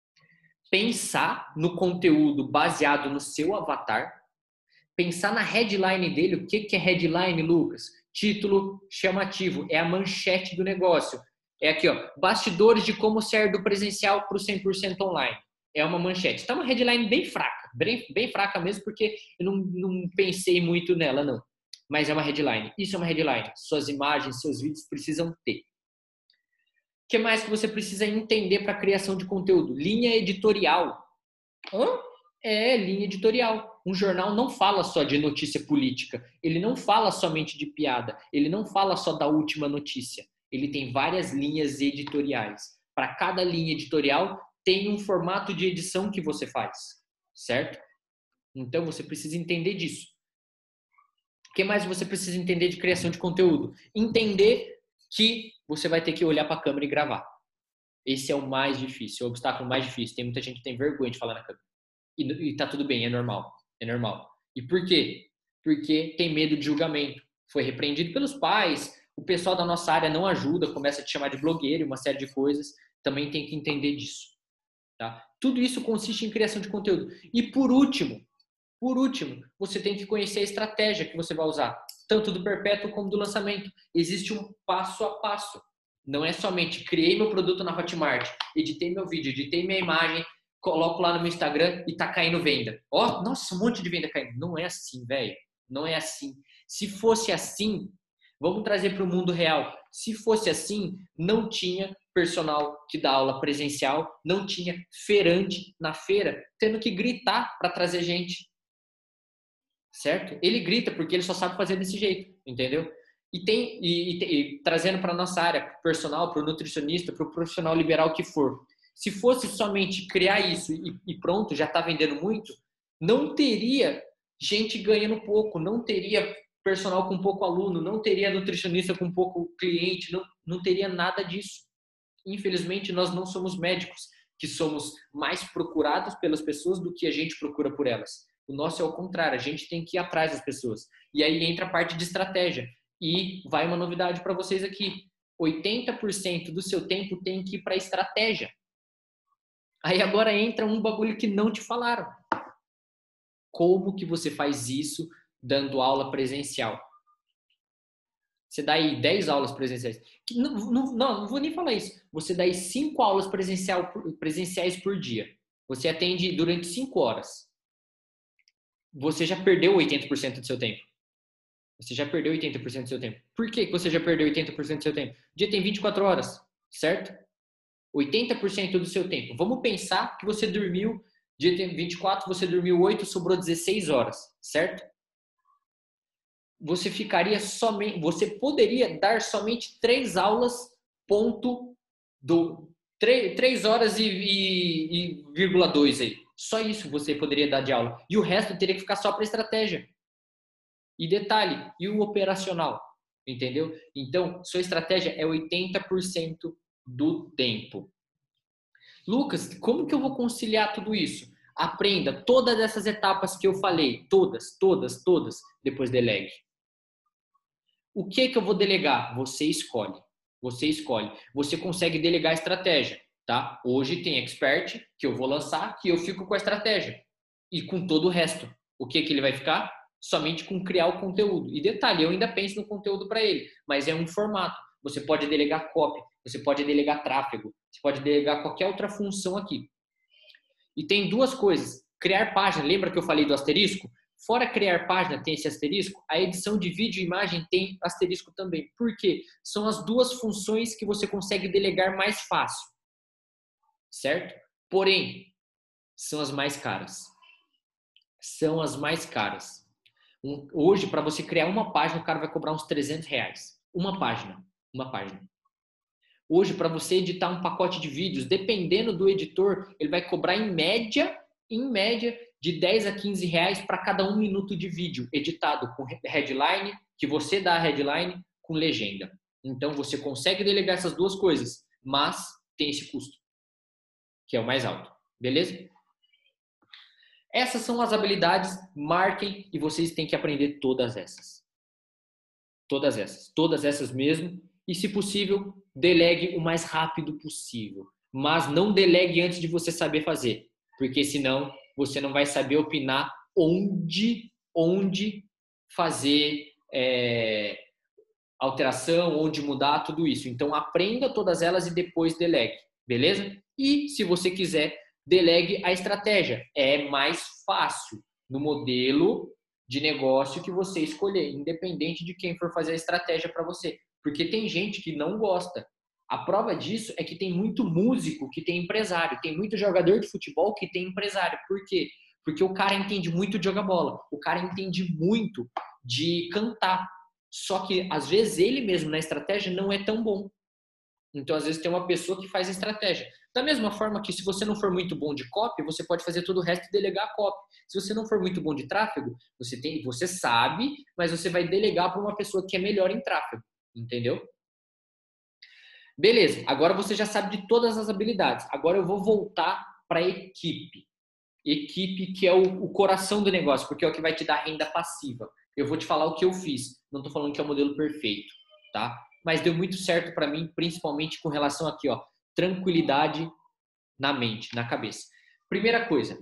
pensar no conteúdo baseado no seu avatar, pensar na headline dele. O que é headline, Lucas? Título chamativo, é a manchete do negócio. É aqui, ó, bastidores de como sair do presencial para o 100% online. É uma manchete. Tá uma headline bem fraca, bem fraca mesmo, porque eu não pensei muito nela, não. Mas é uma headline. Isso é uma headline. Suas imagens, seus vídeos precisam ter. O que mais que você precisa entender para a criação de conteúdo? Linha editorial. Linha editorial. Um jornal não fala só de notícia política. Ele não fala somente de piada. Ele não fala só da última notícia. Ele tem várias linhas editoriais. Para cada linha editorial, tem um formato de edição que você faz. Certo? Então, você precisa entender disso. O que mais você precisa entender de criação de conteúdo? Entender que você vai ter que olhar para a câmera e gravar. Esse é o mais difícil, o obstáculo mais difícil. Tem muita gente que tem vergonha de falar na câmera. E tá tudo bem, é normal. É normal. E por quê? Porque tem medo de julgamento. Foi repreendido pelos pais, o pessoal da nossa área não ajuda, começa a te chamar de blogueiro e uma série de coisas. Também tem que entender disso. Tá? Tudo isso consiste em criação de conteúdo. E por último, você tem que conhecer a estratégia que você vai usar, tanto do perpétuo como do lançamento. Existe um passo a passo. Não é somente criei meu produto na Hotmart, editei meu vídeo, editei minha imagem, coloco lá no meu Instagram e tá caindo venda. Nossa, um monte de venda caindo. Não é assim, velho. Não é assim. Se fosse assim, vamos trazer para o mundo real. Se fosse assim, não tinha personal que dá aula presencial, não tinha feirante na feira tendo que gritar para trazer gente. Certo? Ele grita porque ele só sabe fazer desse jeito, entendeu? E trazendo para nossa área, para o personal, para o nutricionista, para o profissional liberal que for. Se fosse somente criar isso e pronto, já está vendendo muito, não teria gente ganhando pouco, não teria personal com pouco aluno, não teria nutricionista com pouco cliente, não teria nada disso. Infelizmente, nós não somos médicos, que somos mais procurados pelas pessoas do que a gente procura por elas. O nosso é o contrário, a gente tem que ir atrás das pessoas. E aí entra a parte de estratégia. E vai uma novidade para vocês aqui. 80% do seu tempo tem que ir para estratégia. Aí agora entra um bagulho que não te falaram. Como que você faz isso dando aula presencial? Você dá aí 10 aulas presenciais. Não vou nem falar isso. Você dá aí 5 aulas presenciais por dia. Você atende durante 5 horas. Você já perdeu 80% do seu tempo. Você já perdeu 80% do seu tempo. Por que você já perdeu 80% do seu tempo? O dia tem 24 horas, certo? 80% do seu tempo. Vamos pensar que você dormiu, dia tem 24, você dormiu 8, sobrou 16 horas, certo? Você poderia dar somente 3 aulas, 3 horas e 2 aí. Só isso você poderia dar de aula. E o resto teria que ficar só para estratégia. E detalhe, e o operacional? Entendeu? Então, sua estratégia é 80% do tempo. Lucas, como que eu vou conciliar tudo isso? Aprenda todas essas etapas que eu falei. Todas. Depois delegue. O que eu vou delegar? Você escolhe. Você consegue delegar a estratégia, tá? Hoje tem expert que eu vou lançar, que eu fico com a estratégia. E com todo o resto. O que ele vai ficar? Somente com criar o conteúdo. E detalhe, eu ainda penso no conteúdo para ele, mas é um formato. Você pode delegar copy, você pode delegar tráfego, você pode delegar qualquer outra função aqui. E tem 2 coisas. Criar página, lembra que eu falei do asterisco? Fora criar página tem esse asterisco, a edição de vídeo e imagem tem asterisco também. Por quê? São as 2 funções que você consegue delegar mais fácil. Certo? Porém, são as mais caras. Hoje, para você criar uma página, o cara vai cobrar uns R$300. Uma página. Hoje, para você editar um pacote de vídeos, dependendo do editor, ele vai cobrar em média de 10 a 15 reais para cada 1 minuto de vídeo editado com headline, que você dá a headline com legenda. Então, você consegue delegar essas duas coisas, mas tem esse custo, que é o mais alto. Beleza? Essas são as habilidades, marquem, e vocês têm que aprender todas essas. Todas essas mesmo. E, se possível, delegue o mais rápido possível. Mas não delegue antes de você saber fazer, porque senão você não vai saber opinar onde fazer alteração, onde mudar, tudo isso. Então, aprenda todas elas e depois delegue, beleza? E, se você quiser, delegue a estratégia. É mais fácil no modelo de negócio que você escolher, independente de quem for fazer a estratégia para você. Porque tem gente que não gosta. A prova disso é que tem muito músico que tem empresário, tem muito jogador de futebol que tem empresário. Por quê? Porque o cara entende muito de jogar bola, o cara entende muito de cantar. Só que, às vezes, ele mesmo na estratégia não é tão bom. Então, às vezes, tem uma pessoa que faz a estratégia. Da mesma forma que, se você não for muito bom de copy, você pode fazer todo o resto e delegar a copy. Se você não for muito bom de tráfego, você sabe, mas você vai delegar para uma pessoa que é melhor em tráfego. Entendeu? Beleza, agora você já sabe de todas as habilidades. Agora eu vou voltar para a equipe. Equipe que é o coração do negócio, porque é o que vai te dar renda passiva. Eu vou te falar o que eu fiz. Não estou falando que é o modelo perfeito, tá? Mas deu muito certo para mim, principalmente com relação aqui, ó, tranquilidade na mente, na cabeça. Primeira coisa,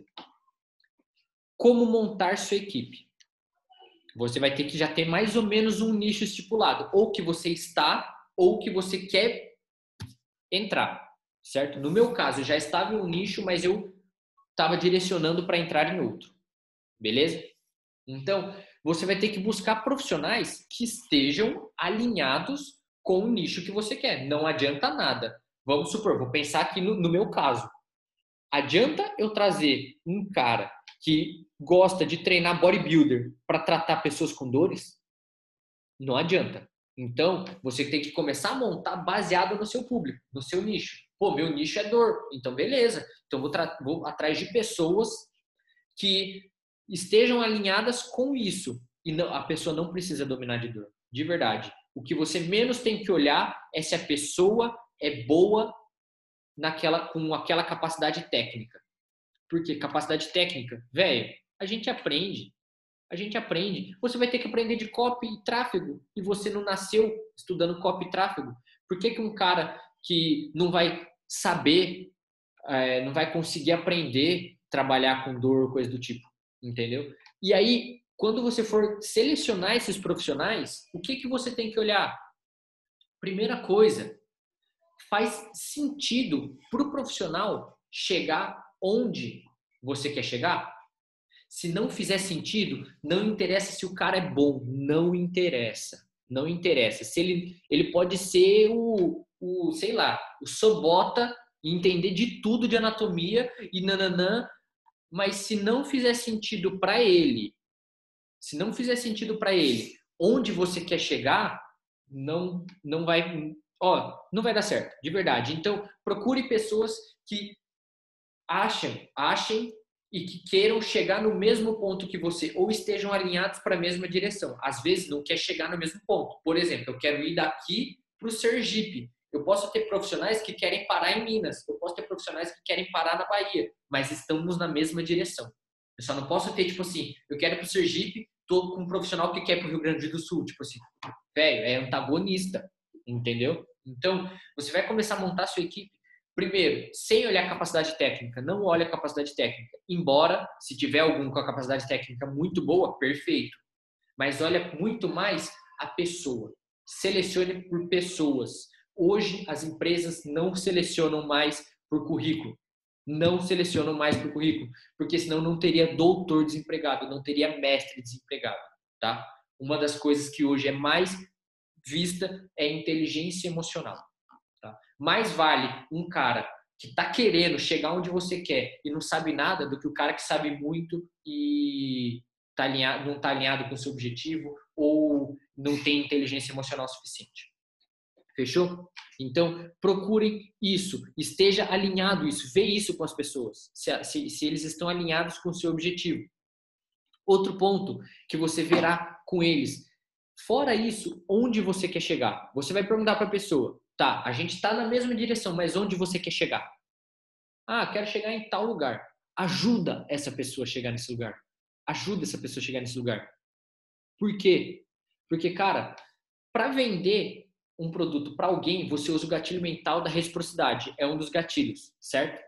como montar sua equipe? Você vai ter que já ter mais ou menos um nicho estipulado, ou que você está, ou que você quer entrar, certo? No meu caso, eu já estava em um nicho, mas eu estava direcionando para entrar em outro, beleza? Então, você vai ter que buscar profissionais que estejam alinhados com o nicho que você quer. Não adianta nada. Vamos supor, vou pensar aqui no meu caso. Adianta eu trazer um cara que gosta de treinar bodybuilder para tratar pessoas com dores? Não adianta. Então, você tem que começar a montar baseado no seu público, no seu nicho. Pô, meu nicho é dor. Então, beleza. Então, vou atrás de pessoas que estejam alinhadas com isso. E não, a pessoa não precisa dominar de dor. De verdade. O que você menos tem que olhar é se a pessoa é boa com aquela capacidade técnica. Porque capacidade técnica, velho, a gente aprende. A gente aprende. Você vai ter que aprender de copy e tráfego. E você não nasceu estudando copy e tráfego. Por que um cara que não vai saber, não vai conseguir aprender trabalhar com dor, coisa do tipo? Entendeu? E aí, quando você for selecionar esses profissionais, o que você tem que olhar? Primeira coisa, faz sentido para o profissional chegar onde você quer chegar? Se não fizer sentido, não interessa se o cara é bom, não interessa. Não interessa. Se ele pode ser sei lá, o Sobota e entender de tudo de anatomia e nananã, mas se não fizer sentido para ele, onde você quer chegar, não vai, não vai dar certo, de verdade. Então, procure pessoas que achem e que queiram chegar no mesmo ponto que você, ou estejam alinhados para a mesma direção. Às vezes não quer chegar no mesmo ponto. Por exemplo, eu quero ir daqui para o Sergipe. Eu posso ter profissionais que querem parar em Minas. Eu posso ter profissionais que querem parar na Bahia. Mas estamos na mesma direção. Eu só não posso ter, tipo assim, eu quero ir para o Sergipe, tô com um profissional que quer ir para o Rio Grande do Sul. Tipo assim, velho, é antagonista. Entendeu? Então, você vai começar a montar a sua equipe primeiro, sem olhar a capacidade técnica. Não olhe a capacidade técnica. Embora, se tiver algum com a capacidade técnica muito boa, perfeito. Mas olha muito mais a pessoa. Selecione por pessoas. Hoje, as empresas não selecionam mais por currículo. Não selecionam mais por currículo. Porque senão não teria doutor desempregado, não teria mestre desempregado. Tá? Uma das coisas que hoje é mais vista é inteligência emocional. Tá? Mais vale um cara que está querendo chegar onde você quer e não sabe nada do que o cara que sabe muito e não está alinhado com o seu objetivo ou não tem inteligência emocional suficiente. Fechou? Então, procurem isso, esteja alinhado isso, vê isso com as pessoas, se eles estão alinhados com o seu objetivo. Outro ponto que você verá com eles, fora isso, onde você quer chegar? Você vai perguntar para a pessoa, tá, a gente está na mesma direção, mas onde você quer chegar? Ah, quero chegar em tal lugar. Ajuda essa pessoa a chegar nesse lugar. Ajuda essa pessoa a chegar nesse lugar. Por quê? Porque, cara, para vender um produto para alguém, você usa o gatilho mental da reciprocidade. É um dos gatilhos, certo?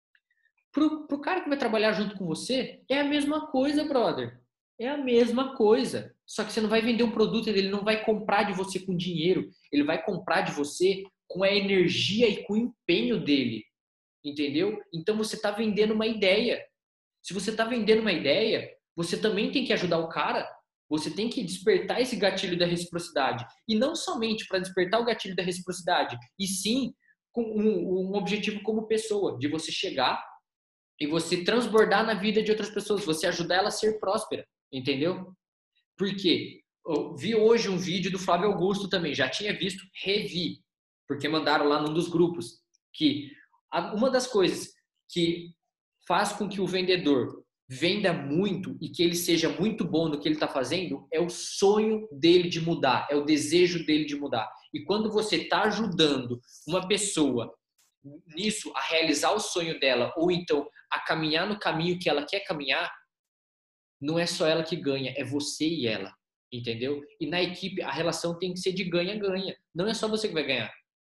Pro cara que vai trabalhar junto com você, é a mesma coisa, brother. É a mesma coisa. Só que você não vai vender um produto, ele não vai comprar de você com dinheiro. Ele vai comprar de você com a energia e com o empenho dele. Entendeu? Então você está vendendo uma ideia. Se você está vendendo uma ideia, você também tem que ajudar o cara. Você tem que despertar esse gatilho da reciprocidade. E não somente para despertar o gatilho da reciprocidade, e sim com um objetivo como pessoa, de você chegar e você transbordar na vida de outras pessoas, você ajudar ela a ser próspera. Entendeu? Por quê? Eu vi hoje um vídeo do Flávio Augusto também, já tinha visto, revi, porque mandaram lá num dos grupos, que uma das coisas que faz com que o vendedor venda muito e que ele seja muito bom no que ele está fazendo é o sonho dele de mudar, é o desejo dele de mudar. E quando você está ajudando uma pessoa nisso, a realizar o sonho dela, ou então a caminhar no caminho que ela quer caminhar, não é só ela que ganha, é você e ela, entendeu? E na equipe a relação tem que ser de ganha-ganha, não é só você que vai ganhar.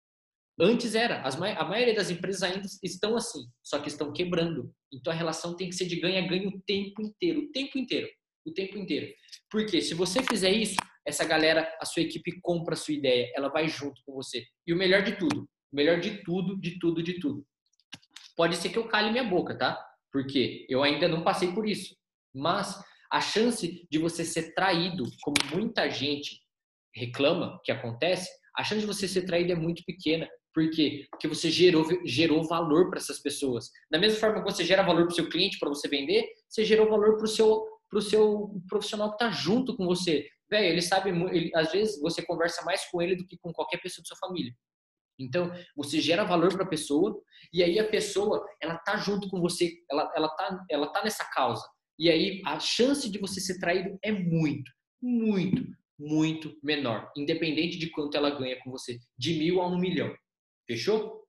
Antes era, a maioria das empresas ainda estão assim, só que estão quebrando. Então a relação tem que ser de ganha-ganha o tempo inteiro, o tempo inteiro, o tempo inteiro. Porque se você fizer isso, essa galera, a sua equipe compra a sua ideia, ela vai junto com você. E o melhor de tudo, o melhor de tudo, de tudo, de tudo. Pode ser que eu cale minha boca, tá? Porque eu ainda não passei por isso. Mas a chance de você ser traído, como muita gente reclama que acontece, a chance de você ser traído é muito pequena. Por quê? Porque você gerou valor para essas pessoas. Da mesma forma que você gera valor para o seu cliente, para você vender, você gerou valor para o seu profissional que está junto com você. Velho, ele sabe, às vezes você conversa mais com ele do que com qualquer pessoa da sua família. Então, você gera valor para a pessoa e aí a pessoa, ela tá junto com você, ela tá nessa causa. E aí a chance de você ser traído é muito, muito, muito menor, independente de quanto ela ganha com você, de 1.000 a 1 milhão. Fechou?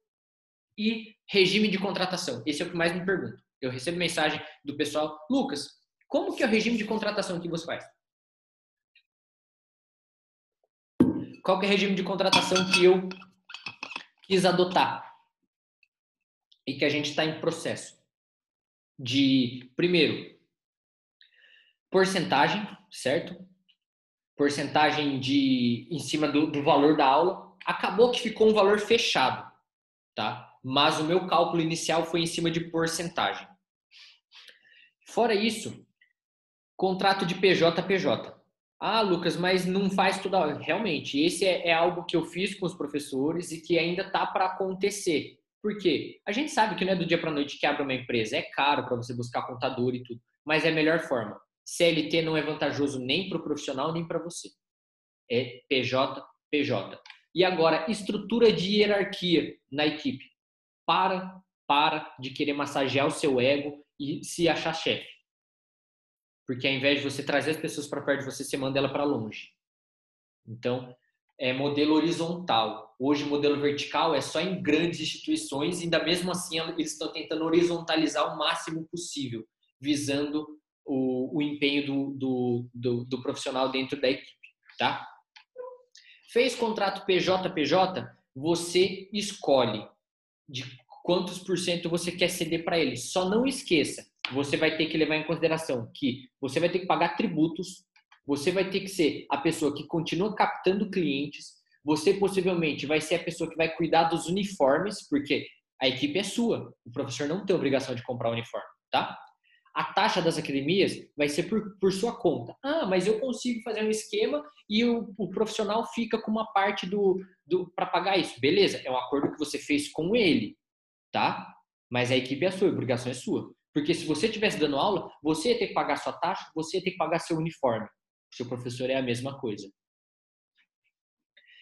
E regime de contratação. Esse é o que mais me pergunto. Eu recebo mensagem do pessoal, Lucas, como que é o regime de contratação que você faz? Qual que é o regime de contratação que eu quis adotar e que a gente está em processo de, primeiro, porcentagem, certo? Porcentagem em cima do valor da aula. Acabou que ficou um valor fechado, tá? Mas o meu cálculo inicial foi em cima de porcentagem. Fora isso, contrato de PJ a PJ. Ah, Lucas, mas não faz tudo. Realmente, esse é algo que eu fiz com os professores e que ainda está para acontecer. Por quê? A gente sabe que não é do dia para a noite que abre uma empresa. É caro para você buscar contador e tudo. Mas é a melhor forma. CLT não é vantajoso nem para o profissional, nem para você. É PJ, PJ. E agora, estrutura de hierarquia na equipe. Para de querer massagear o seu ego e se achar chefe. Porque ao invés de você trazer as pessoas para perto de você, você manda ela para longe. Então, é modelo horizontal. Hoje, o modelo vertical é só em grandes instituições e ainda mesmo assim eles estão tentando horizontalizar o máximo possível, visando o empenho do profissional dentro da equipe, tá? Fez contrato PJ-PJ, você escolhe de quantos por cento você quer ceder para ele. Só não esqueça, você vai ter que levar em consideração que você vai ter que pagar tributos, você vai ter que ser a pessoa que continua captando clientes, você possivelmente vai ser a pessoa que vai cuidar dos uniformes, porque a equipe é sua, o professor não tem obrigação de comprar o uniforme, tá? A taxa das academias vai ser por sua conta. Ah, mas eu consigo fazer um esquema e o profissional fica com uma parte para pagar isso. Beleza, é um acordo que você fez com ele, tá? Mas a equipe é sua, a obrigação é sua. Porque se você estivesse dando aula, você ia ter que pagar sua taxa, você ia ter que pagar seu uniforme. O seu professor é a mesma coisa.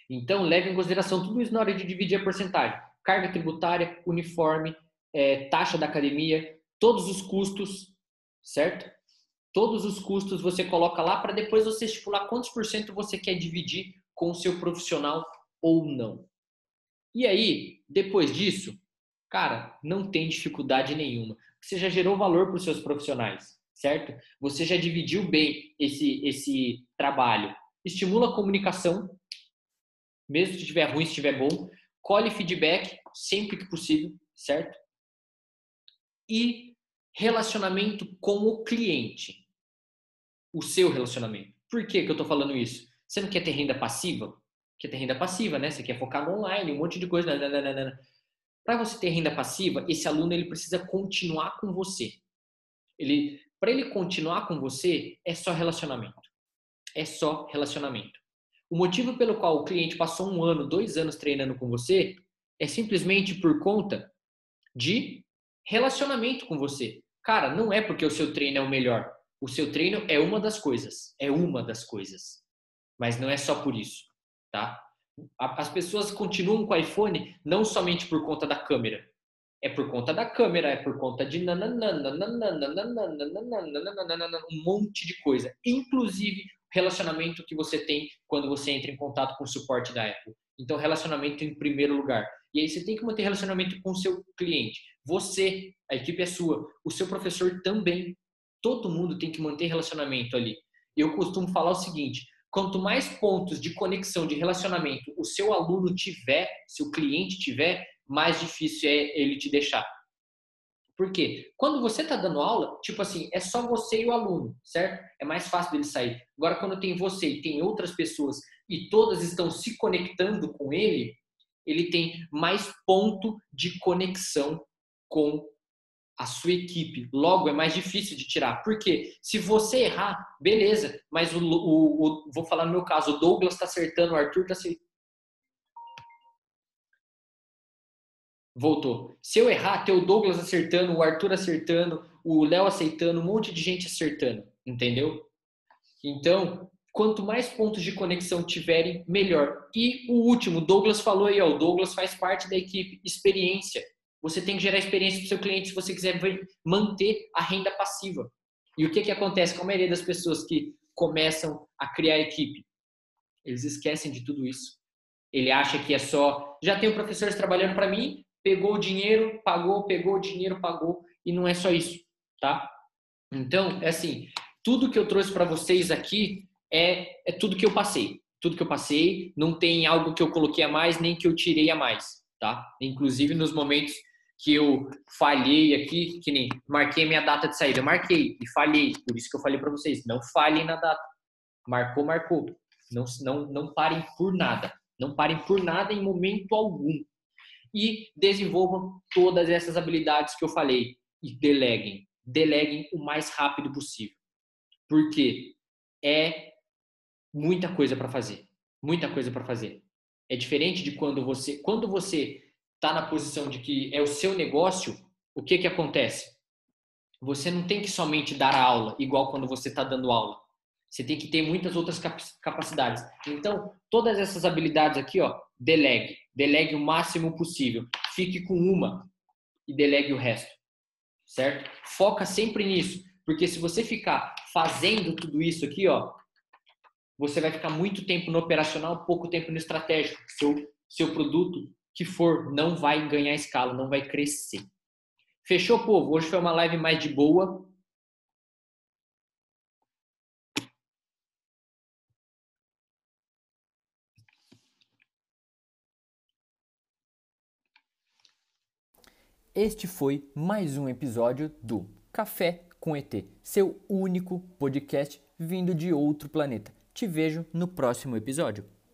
Então, leve em consideração tudo isso na hora de dividir a porcentagem. Carga tributária, uniforme, taxa da academia, todos os custos, certo? Todos os custos você coloca lá para depois você estipular quantos por cento você quer dividir com o seu profissional ou não. E aí, depois disso, cara, não tem dificuldade nenhuma. Você já gerou valor para os seus profissionais, certo? Você já dividiu bem esse trabalho. Estimula a comunicação, mesmo se estiver ruim, se estiver bom. Colhe feedback sempre que possível, certo? E relacionamento com o cliente. O seu relacionamento. Por que eu estou falando isso? Você não quer ter renda passiva? Quer ter renda passiva, né? Você quer focar no online, um monte de coisa. Para você ter renda passiva, esse aluno ele precisa continuar com você. Para ele continuar com você, é só relacionamento. É só relacionamento. O motivo pelo qual o cliente passou 1 ano, 2 anos treinando com você é simplesmente por conta de relacionamento com você. Cara, não é porque o seu treino é o melhor. O seu treino é uma das coisas. É uma das coisas. Mas não é só por isso, tá? As pessoas continuam com o iPhone não somente por conta da câmera. É por conta da câmera, é por conta de um monte de coisa. Inclusive, relacionamento que você tem quando você entra em contato com o suporte da Apple. Então, relacionamento em primeiro lugar. E aí você tem que manter relacionamento com o seu cliente. Você, a equipe é sua. O seu professor também. Todo mundo tem que manter relacionamento ali. Eu costumo falar o seguinte, quanto mais pontos de conexão, de relacionamento o seu aluno tiver, seu cliente tiver, mais difícil é ele te deixar. Por quê? Quando você está dando aula, tipo assim, é só você e o aluno, certo? É mais fácil dele sair. Agora, quando tem você e tem outras pessoas e todas estão se conectando com ele, ele tem mais ponto de conexão com a sua equipe. Logo, é mais difícil de tirar. Por quê? Se você errar, beleza, mas vou falar no meu caso, o Douglas está acertando, o Arthur está acertando. Voltou. Se eu errar, ter o Douglas acertando, o Arthur acertando, o Léo aceitando, um monte de gente acertando, entendeu? Então, quanto mais pontos de conexão tiverem, melhor. E o último, o Douglas falou aí, ó, o Douglas faz parte da equipe, experiência. Você tem que gerar experiência para o seu cliente se você quiser manter a renda passiva. E o que acontece com a maioria das pessoas que começam a criar equipe? Eles esquecem de tudo isso. Ele acha que é só... Já tenho professores trabalhando para mim, pegou o dinheiro, pagou, pegou o dinheiro, pagou, e não é só isso, tá? Então, é assim, tudo que eu trouxe para vocês aqui é tudo que eu passei. Tudo que eu passei, não tem algo que eu coloquei a mais, nem que eu tirei a mais, tá? Inclusive nos momentos que eu falhei aqui, que nem marquei minha data de saída, eu marquei e falhei, por isso que eu falei para vocês, não falhem na data. Marcou, marcou. Não parem por nada. Não parem por nada em momento algum. E desenvolvam todas essas habilidades que eu falei. E deleguem. Deleguem o mais rápido possível. Porque é muita coisa para fazer. Muita coisa para fazer. É diferente de quando você está na posição de que é o seu negócio, o que acontece? Você não tem que somente dar a aula, igual quando você está dando aula. Você tem que ter muitas outras capacidades. Então, todas essas habilidades aqui, ó, delegue. Delegue o máximo possível. Fique com uma e delegue o resto. Certo? Foca sempre nisso. Porque se você ficar fazendo tudo isso aqui, ó, você vai ficar muito tempo no operacional, pouco tempo no estratégico. Seu produto, que for, não vai ganhar escala, não vai crescer. Fechou, povo? Hoje foi uma live mais de boa.
Este foi mais um episódio do Café com ET, seu único podcast vindo de outro planeta. Te vejo no próximo episódio.